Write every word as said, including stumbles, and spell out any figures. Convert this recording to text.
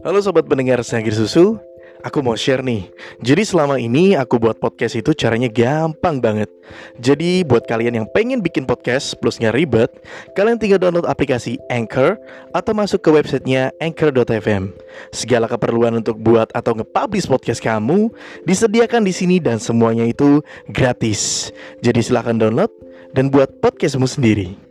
Halo sobat pendengar Sangkir Susu, aku mau share nih. Jadi selama ini aku buat podcast itu caranya gampang banget. Jadi buat kalian yang pengen bikin podcast plus nggak ribet, kalian tinggal download aplikasi Anchor atau masuk ke websitenya anchor dot f m. Segala keperluan untuk buat atau nge-publish podcast kamu disediakan di sini dan semuanya itu gratis. Jadi silahkan download dan buat podcastmu sendiri.